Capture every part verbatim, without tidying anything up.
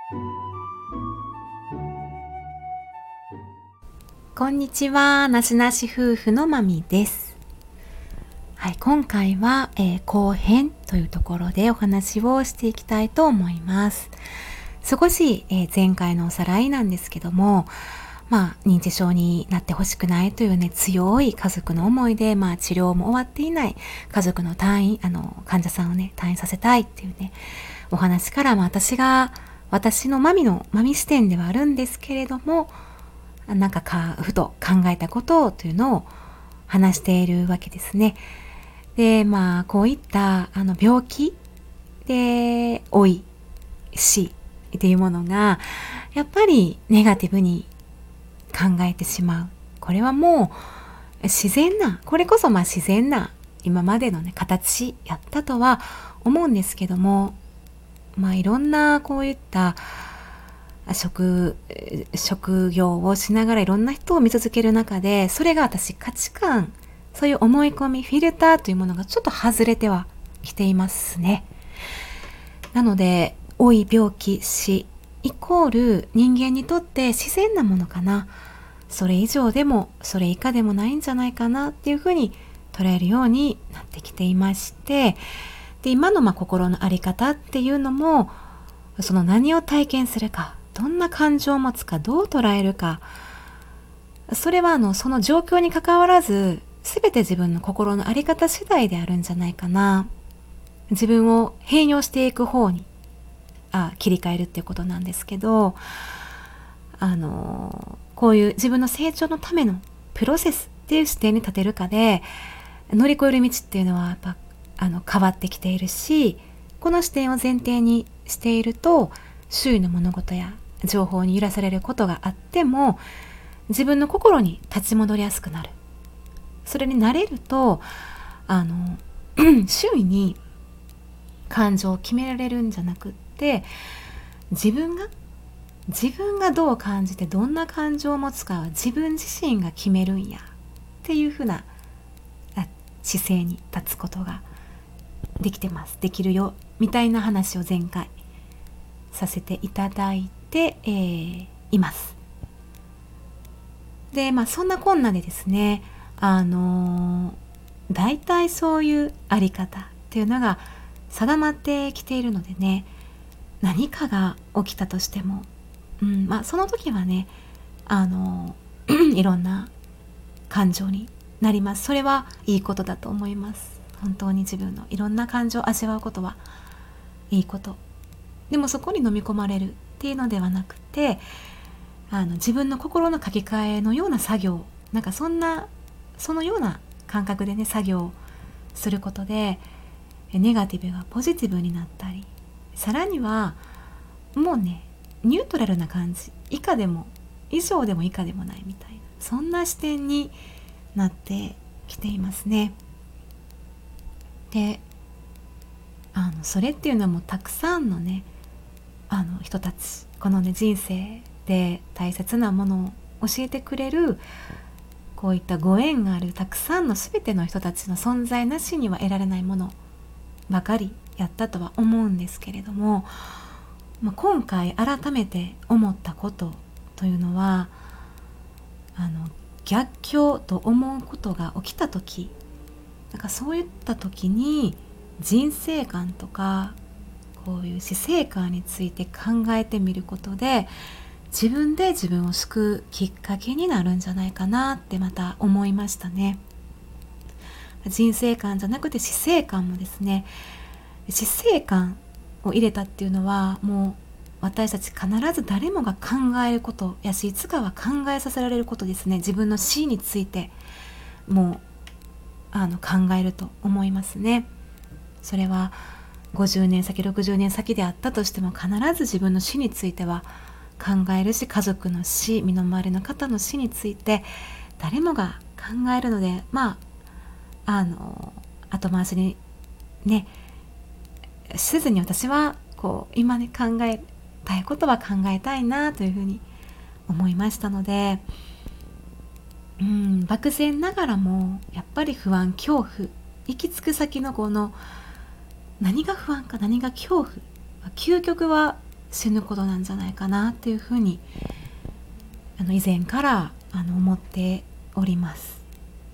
こんにちは、なしなし夫婦のまみです。はい、今回は、えー、後編というところでお話をしていきたいと思います。少し、えー、前回のおさらいなんですけども、まあ認知症になってほしくないというね強い家族の思いで、まあ治療も終わっていない家族の退院あの患者さんをね退院させたいっていうねお話から、まあ私が私のマミのマミ視点ではあるんですけれども、なんかかふと考えたことというのを話しているわけですね。で、まあこういったあの病気で老い死っていうものがやっぱりネガティブに考えてしまう。これはもう自然な、これこそまあ自然な今までのね形やったとは思うんですけども、まあいろんなこういった職職業をしながらいろんな人を見続ける中で、それが私価値観、そういう思い込みフィルターというものがちょっと外れてはきていますね。なので老い病気死イコール人間にとって自然なものかな、それ以上でもそれ以下でもないんじゃないかなっていうふうに捉えるようになってきていまして、で今のまあ心の在り方っていうのも、その何を体験するか、どんな感情を持つか、どう捉えるか、それはあのその状況にかかわらず全て自分の心の在り方次第であるんじゃないかな。自分を変容していく方にあ切り替えるっていうことなんですけど、あのこういう自分の成長のためのプロセスっていう視点に立てるかで乗り越える道っていうのはやっぱあの変わってきているし、この視点を前提にしていると周囲の物事や情報に揺らされることがあっても自分の心に立ち戻りやすくなる。それに慣れるとあの周囲に感情を決められるんじゃなくって、自分が自分がどう感じてどんな感情を持つかは自分自身が決めるんやっていうふうな姿勢に立つことができてます、できるよみたいな話を前回させていただいて、えー、います。でまあそんなこんなでですね、あのー、大体そういうあり方っていうのが定まってきているのでね、何かが起きたとしても、うんまあ、その時はねあのいろんな感情になります。それはいいことだと思います。本当に自分のいろんな感情を味わうことはいいこと。でもそこに飲み込まれるっていうのではなくて、あの自分の心の書き換えのような作業、なんかそんなそのような感覚でね作業することでネガティブがポジティブになったり、さらにはもうねニュートラルな感じ、以下でも以上でも以下でもないみたいな、そんな視点になってきていますね。であのそれっていうのはもうたくさんのねあの人たち、このね人生で大切なものを教えてくれるこういったご縁があるたくさんの全ての人たちの存在なしには得られないものばかりやったとは思うんですけれども、まあ、今回改めて思ったことというのは、あの逆境と思うことが起きた時、なんかそういった時に人生観とかこういう死生観について考えてみることで自分で自分を救うきっかけになるんじゃないかなってまた思いましたね。人生観じゃなくて死生観もですね、死生観を入れたっていうのはもう私たち必ず誰もが考えることやし、いつかは考えさせられることですね。自分の死についてもうあの考えると思いますね。それはごじゅうねん先ろくじゅうねん先であったとしても必ず自分の死については考えるし、家族の死、身の回りの方の死について誰もが考えるので、まああの後回しにねせずに、私はこう今ね考えたいことは考えたいなというふうに思いましたので、うん漠然ながらもやっぱり不安恐怖、行き着く先のこの何が不安か何が恐怖、究極は死ぬことなんじゃないかなっていうふうにあの以前からあの思っております。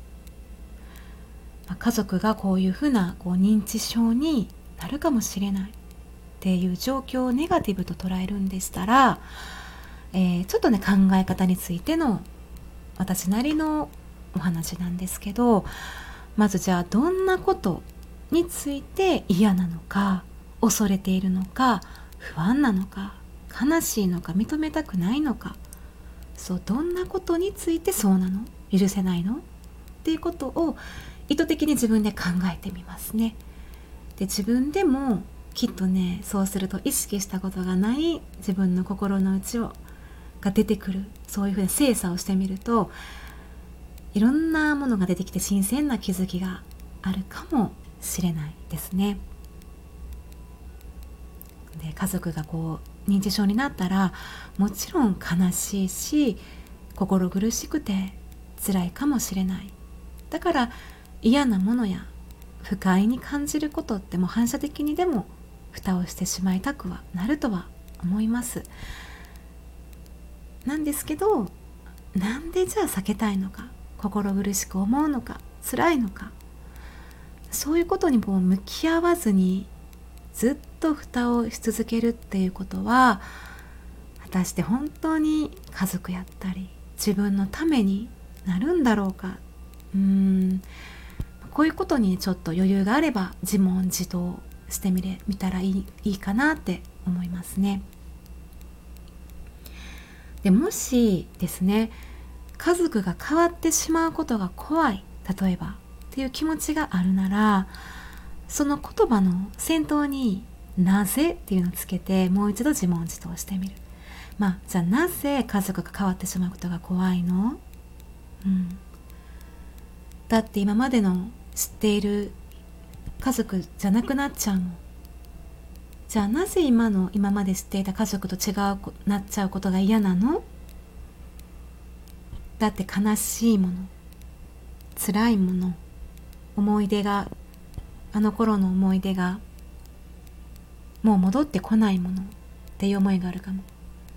まあ、家族がこういうふうなこう認知症になるかもしれないっていう状況をネガティブと捉えるんでしたら、えー、ちょっとね考え方についての私なりのお話なんですけど、まずじゃあどんなことについて嫌なのか、恐れているのか、不安なのか、悲しいのか、認めたくないのか、そうどんなことについてそうなの、許せないのっていうことを意図的に自分で考えてみますね。で自分でもきっとね、そうすると意識したことがない自分の心の内をが出てくる、そういうふうに精査をしてみるといろんなものが出てきて新鮮な気づきがあるかもしれないですね。で家族がこう認知症になったらもちろん悲しいし心苦しくて辛いかもしれない。だから嫌なものや不快に感じることってもう反射的にでも蓋をしてしまいたくはなるとは思います。なんですけど、なんでじゃあ避けたいのか、心苦しく思うのか、辛いのか、そういうことにもう向き合わずにずっと蓋をし続けるっていうことは、果たして本当に家族やったり自分のためになるんだろうか。うーんこういうことにちょっと余裕があれば自問自答してみれ見たらいい、いいかなって思いますね。でもしですね、家族が変わってしまうことが怖い、例えばっていう気持ちがあるなら、その言葉の先頭になぜっていうのをつけてもう一度自問自答してみる。まあじゃあなぜ家族が変わってしまうことが怖いの？うん、だって今までの知っている家族じゃなくなっちゃうの。じゃあなぜ今の今まで知っていた家族と違うなっちゃうことが嫌なの？だって悲しいもの、辛いもの、思い出が、あの頃の思い出がもう戻ってこないものっていう思いがあるかも。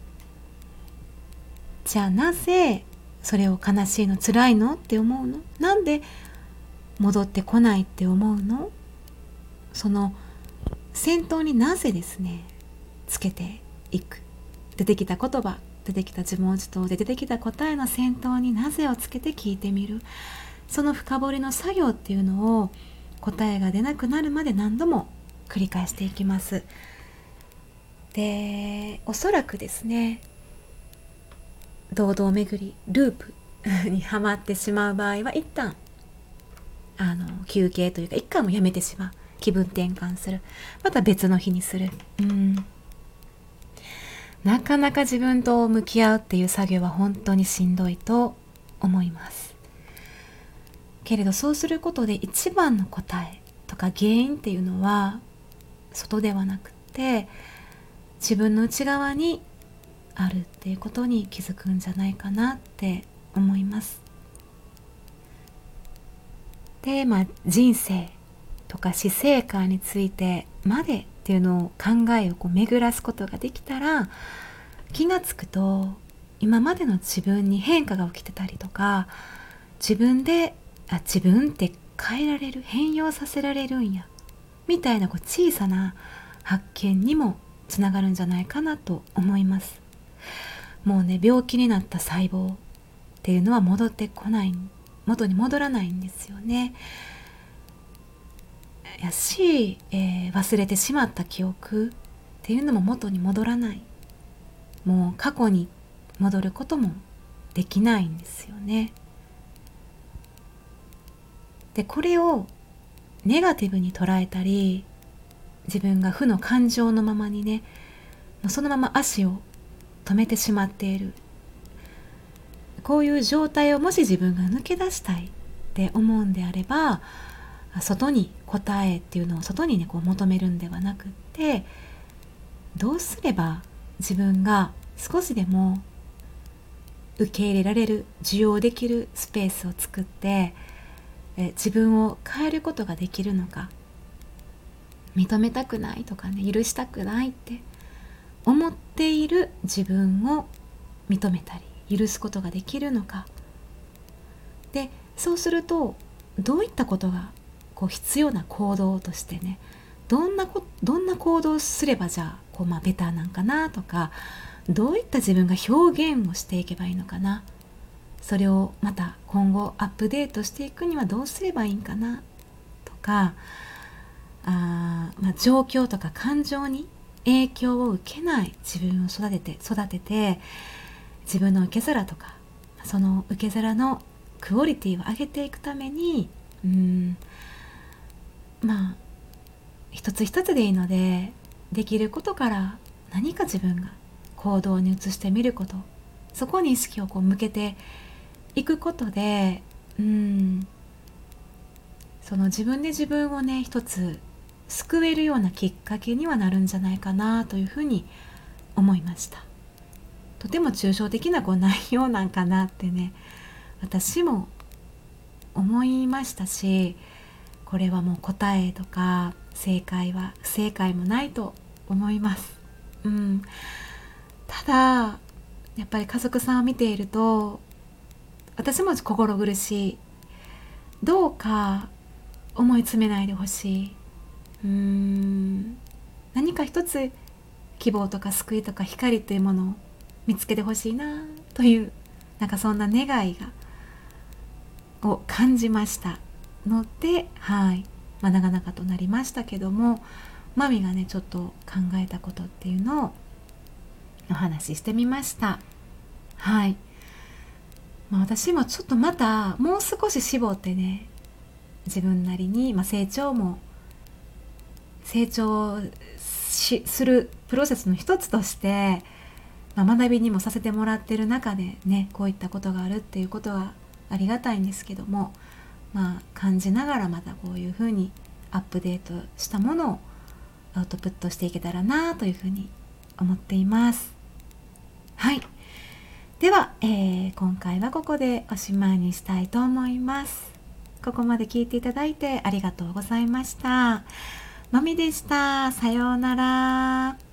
じゃあなぜそれを悲しいの、辛いのって思うの？なんで戻ってこないって思うの？その先頭になぜですねつけていく。出てきた言葉、出てきた自問自答で出てきた答えの先頭になぜをつけて聞いてみる。その深掘りの作業っていうのを答えが出なくなるまで何度も繰り返していきます。でおそらくですね、堂々巡りループにはまってしまう場合は一旦あの休憩というか一回もやめてしまう。気分転換する。また別の日にする。うんなかなか自分と向き合うっていう作業は本当にしんどいと思いますけれど、そうすることで一番の答えとか原因っていうのは外ではなくて自分の内側にあるっていうことに気づくんじゃないかなって思います。で、まあ人生とか死生観についてまでっていうのを考えをこう巡らすことができたら、気がつくと今までの自分に変化が起きてたりとか、自分であ自分って変えられる、変容させられるんやみたいなこう小さな発見にもつながるんじゃないかなと思います。もうね、病気になった細胞っていうのは戻ってこない、元に戻らないんですよね。やし、えー、忘れてしまった記憶っていうのも元に戻らない。もう過去に戻ることもできないんですよね。でこれをネガティブに捉えたり、自分が負の感情のままにね、もうそのまま足を止めてしまっている、こういう状態をもし自分が抜け出したいって思うんであれば、外に答えっていうのを外にねこう求めるんではなくって、どうすれば自分が少しでも受け入れられる、受容できるスペースを作ってえ自分を変えることができるのか。認めたくないとかね、許したくないって思っっている自分を認めたり許すことができるのか。でそうするとどういったことがこう必要な行動としてね、どんなこどんな行動をすればじゃあこう、まあ、ベターなんかなとか、どういった自分が表現をしていけばいいのかな、それをまた今後アップデートしていくにはどうすればいいんかなとか、あ、まあ、状況とか感情に影響を受けない自分を育てて育てて自分の受け皿とかその受け皿のクオリティを上げていくために、うーんまあ一つ一つでいいので、できることから何か自分が行動に移してみること、そこに意識をこう向けていくことで、うーんその自分で自分をね一つ救えるようなきっかけにはなるんじゃないかなというふうに思いました。とても抽象的なこう内容なんかなってね、私も思いましたし、これはもう答えとか正解は不正解もないと思います。うん、ただやっぱり家族さんを見ていると私も心苦しい。どうか思い詰めないでほしい。うーん何か一つ希望とか救いとか光というものを見つけてほしいなという、なんかそんな願いがを感じましたので、はい、まあ、長々となりましたけども、マミがねちょっと考えたことっていうのをお話ししてみました。はい、まあ、私もちょっとまたもう少し絞ってね、自分なりに、まあ、成長も成長しするプロセスの一つとして、まあ、学びにもさせてもらってる中でね、こういったことがあるっていうことはありがたいんですけども、まあ、感じながらまたこういうふうにアップデートしたものをアウトプットしていけたらなというふうに思っています。はい、では、えー、今回はここでおしまいにしたいと思います。ここまで聞いていただいてありがとうございました。まみでした。さようなら。